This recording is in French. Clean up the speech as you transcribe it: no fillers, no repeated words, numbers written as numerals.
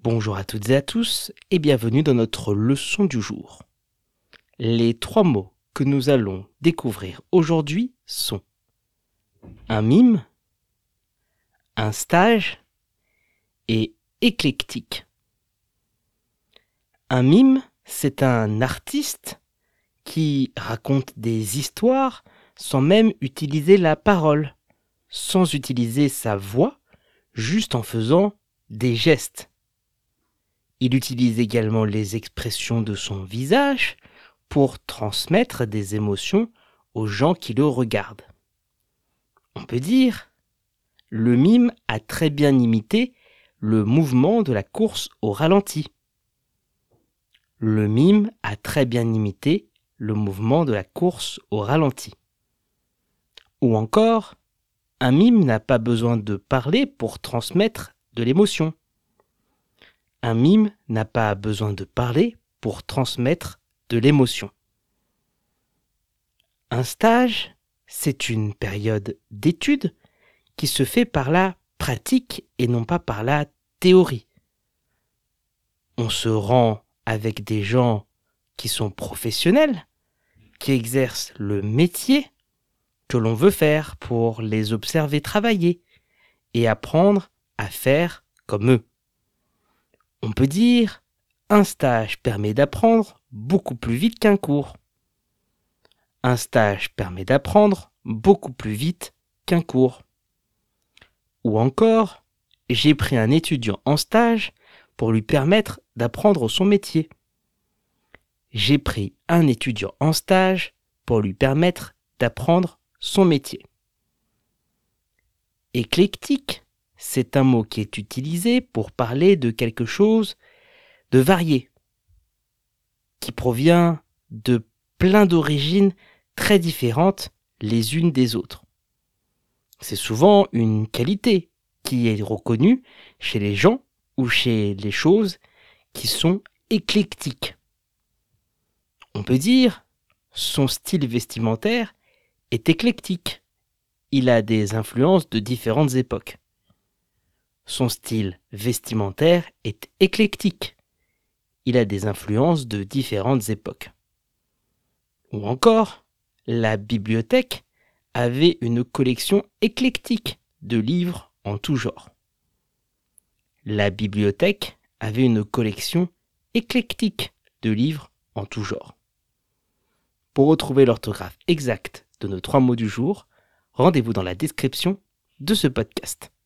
Bonjour à toutes et à tous et bienvenue dans notre leçon du jour. Les 3 mots que nous allons découvrir aujourd'hui sont un mime, un stage et éclectique. Un mime, c'est un artiste qui raconte des histoires sans même utiliser la parole, sans utiliser sa voix, juste en faisant des gestes. Il utilise également les expressions de son visage pour transmettre des émotions aux gens qui le regardent. On peut dire, le mime a très bien imité le mouvement de la course au ralenti. Le mime a très bien imité le mouvement de la course au ralenti. Ou encore, un mime n'a pas besoin de parler pour transmettre de l'émotion. Un mime n'a pas besoin de parler pour transmettre de l'émotion. Un stage, c'est une période d'étude qui se fait par la pratique et non pas par la théorie. On se rend avec des gens qui sont professionnels, qui exercent le métier que l'on veut faire pour les observer travailler et apprendre à faire comme eux. On peut dire, un stage permet d'apprendre beaucoup plus vite qu'un cours. Un stage permet d'apprendre beaucoup plus vite qu'un cours. Ou encore, j'ai pris un étudiant en stage pour lui permettre d'apprendre son métier. J'ai pris un étudiant en stage pour lui permettre d'apprendre son métier. Éclectique, c'est un mot qui est utilisé pour parler de quelque chose de varié, qui provient de plein d'origines très différentes les unes des autres. C'est souvent une qualité qui est reconnue chez les gens ou chez les choses qui sont éclectiques. On peut dire, son style vestimentaire est éclectique. Il a des influences de différentes époques. Son style vestimentaire est éclectique. Il a des influences de différentes époques. Ou encore, la bibliothèque avait une collection éclectique de livres en tout genre. La bibliothèque avait une collection éclectique de livres en tout genre. Pour retrouver l'orthographe exacte de nos 3 mots du jour, rendez-vous dans la description de ce podcast.